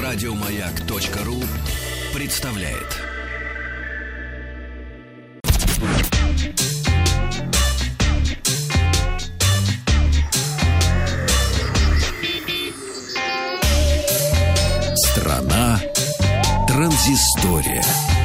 Радиомаяк.ру представляет. Страна транзистория.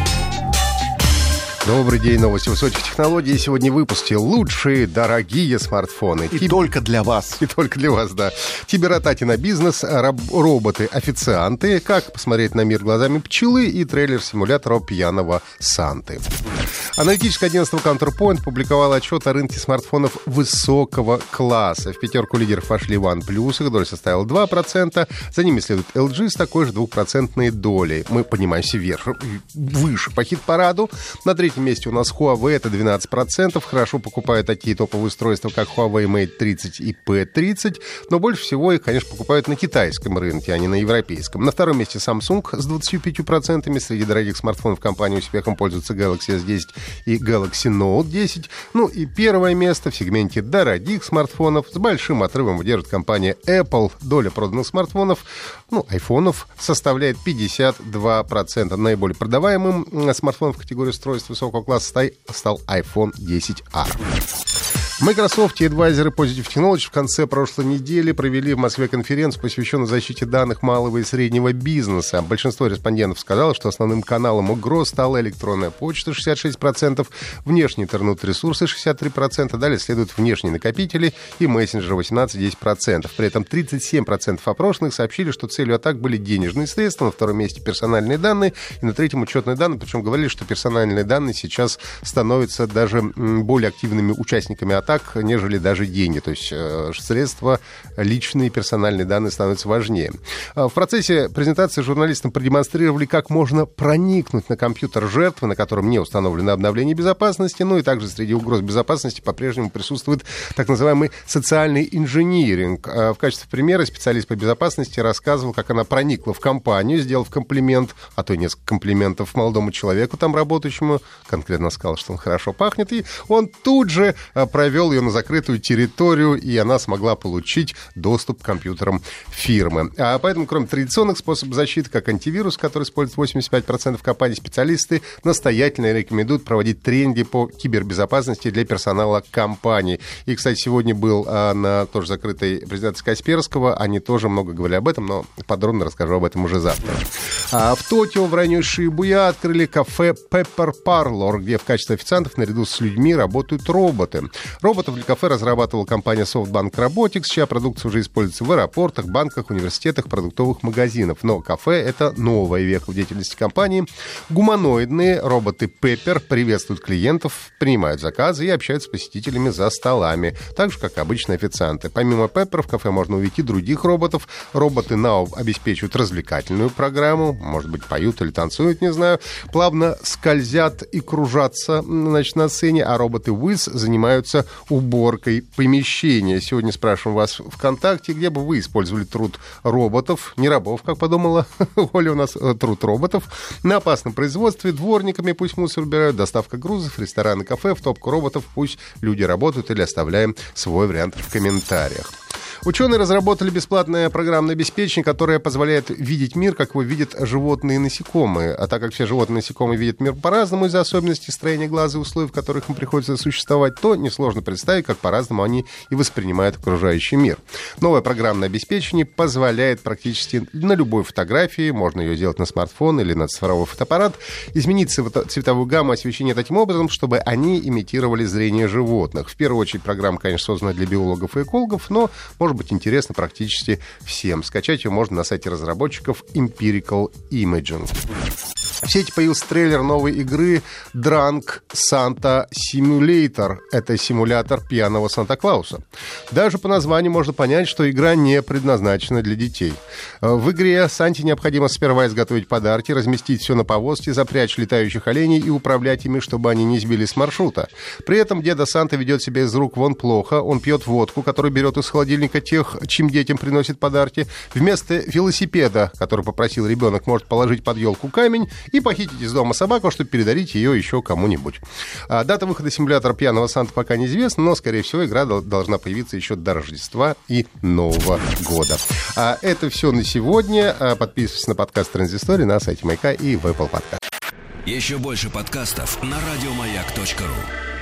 Добрый день, новости высоких технологий. Сегодня в выпуске лучшие, дорогие смартфоны. И только для вас. И только для вас, да. Тибератати бизнес, роботы-официанты, как посмотреть на мир глазами пчелы и трейлер симулятора пьяного Санты. Аналитическое агентство Counterpoint публиковало отчет о рынке смартфонов высокого класса. В пятерку лидеров вошли OnePlus, их доля составила 2%. За ними следует LG с такой же 2% долей. Мы поднимаемся вверх, выше по хит-параду. На третьем месте у нас Huawei, это 12%. Хорошо покупают такие топовые устройства, как Huawei Mate 30 и P30. Но больше всего их, конечно, покупают на китайском рынке, а не на европейском. На втором месте Samsung с 25%. Среди дорогих смартфонов компании успехом пользуются Galaxy S10 и Galaxy Note 10. Ну и первое место в сегменте дорогих смартфонов с большим отрывом удержит компания Apple. Доля проданных смартфонов, айфонов, составляет 52%. Наиболее продаваемым смартфоном в категории устройств высокого класса стал iPhone XR. Microsoft и адвайзеры Positive Technology в конце прошлой недели провели в Москве конференцию, посвященную защите данных малого и среднего бизнеса. Большинство респондентов сказало, что основным каналом угроз стала электронная почта 66%, внешние интернет-ресурсы 63%, далее следуют внешние накопители и мессенджеры 18-10%. При этом 37% опрошенных сообщили, что целью атак были денежные средства, на втором месте персональные данные и на третьем учетные данные, причем говорили, что персональные данные сейчас становятся даже более активными участниками атак, нежели даже деньги. То есть средства, личные персональные данные становятся важнее. В процессе презентации журналистам продемонстрировали, как можно проникнуть на компьютер жертвы, на котором не установлено обновление безопасности. Ну и также среди угроз безопасности по-прежнему присутствует так называемый социальный инжиниринг. В качестве примера специалист по безопасности рассказывал, как она проникла в компанию, сделав комплимент, а то и несколько комплиментов молодому человеку там работающему, конкретно сказал, что он хорошо пахнет, и он тут же провел ее на закрытую территорию, и она смогла получить доступ к компьютерам фирмы. А поэтому, кроме традиционных способов защиты, как антивирус, который использует 85% компаний, специалисты настоятельно рекомендуют проводить тренинги по кибербезопасности для персонала компании. И, кстати, сегодня был на тоже закрытой презентации Касперского, они тоже много говорили об этом, но подробно расскажу об этом уже завтра. В Токио в районе Шибуя открыли кафе Pepper Parlor, где в качестве официантов наряду с людьми работают роботы. Роботов для кафе разрабатывала компания SoftBank Robotics, чья продукция уже используется в аэропортах, банках, университетах, продуктовых магазинах. Но кафе — это новая веха в деятельности компании. Гуманоидные роботы Pepper приветствуют клиентов, принимают заказы и общаются с посетителями за столами, так же, как обычные официанты. Помимо Pepper в кафе можно увидеть и других роботов. Роботы Now обеспечивают развлекательную программу, может быть, поют или танцуют, не знаю, плавно скользят и кружатся, на сцене, а роботы Wiz занимаются уборкой помещения. Сегодня спрашиваем вас ВКонтакте, где бы вы использовали труд роботов, не рабов, как подумала Оля, у нас труд роботов, на опасном производстве, дворниками пусть мусор убирают, доставка грузов, рестораны, кафе, в топку роботов пусть люди работают, или оставляем свой вариант в комментариях. Ученые разработали бесплатное программное обеспечение, которое позволяет видеть мир, как его видят животные и насекомые. А так как все животные и насекомые видят мир по-разному из-за особенностей строения глаза и условий, в которых им приходится существовать, то несложно представить, как по-разному они и воспринимают окружающий мир. Новое программное обеспечение позволяет практически на любой фотографии, можно ее сделать на смартфон или на цифровой фотоаппарат, изменить цветовую гамму освещения таким образом, чтобы они имитировали зрение животных. В первую очередь программа, конечно, создана для биологов и экологов, но может быть интересно практически всем. Скачать ее можно на сайте разработчиков Empirical Imaging. В сети появился трейлер новой игры Drunk Santa Simulator. Это симулятор пьяного Санта-Клауса. Даже по названию можно понять, что игра не предназначена для детей. В игре Санте необходимо сперва изготовить подарки, разместить все на повозке, запрячь летающих оленей и управлять ими, чтобы они не сбились с маршрута. При этом деда Санта ведет себя из рук вон плохо. Он пьет водку, которую берет из холодильника тех, чьим детям приносит подарки. Вместо велосипеда, который попросил ребенок, может положить под елку камень и похитить из дома собаку, чтобы передарить ее еще кому-нибудь. Дата выхода симулятора пьяного Санты пока неизвестна, но, скорее всего, игра должна появиться еще до Рождества и Нового года. Это все на сегодня. Подписывайтесь на подкаст «Транзистория» на сайте Маяка и в Apple Podcast. Еще больше подкастов на радиомаяк.ру.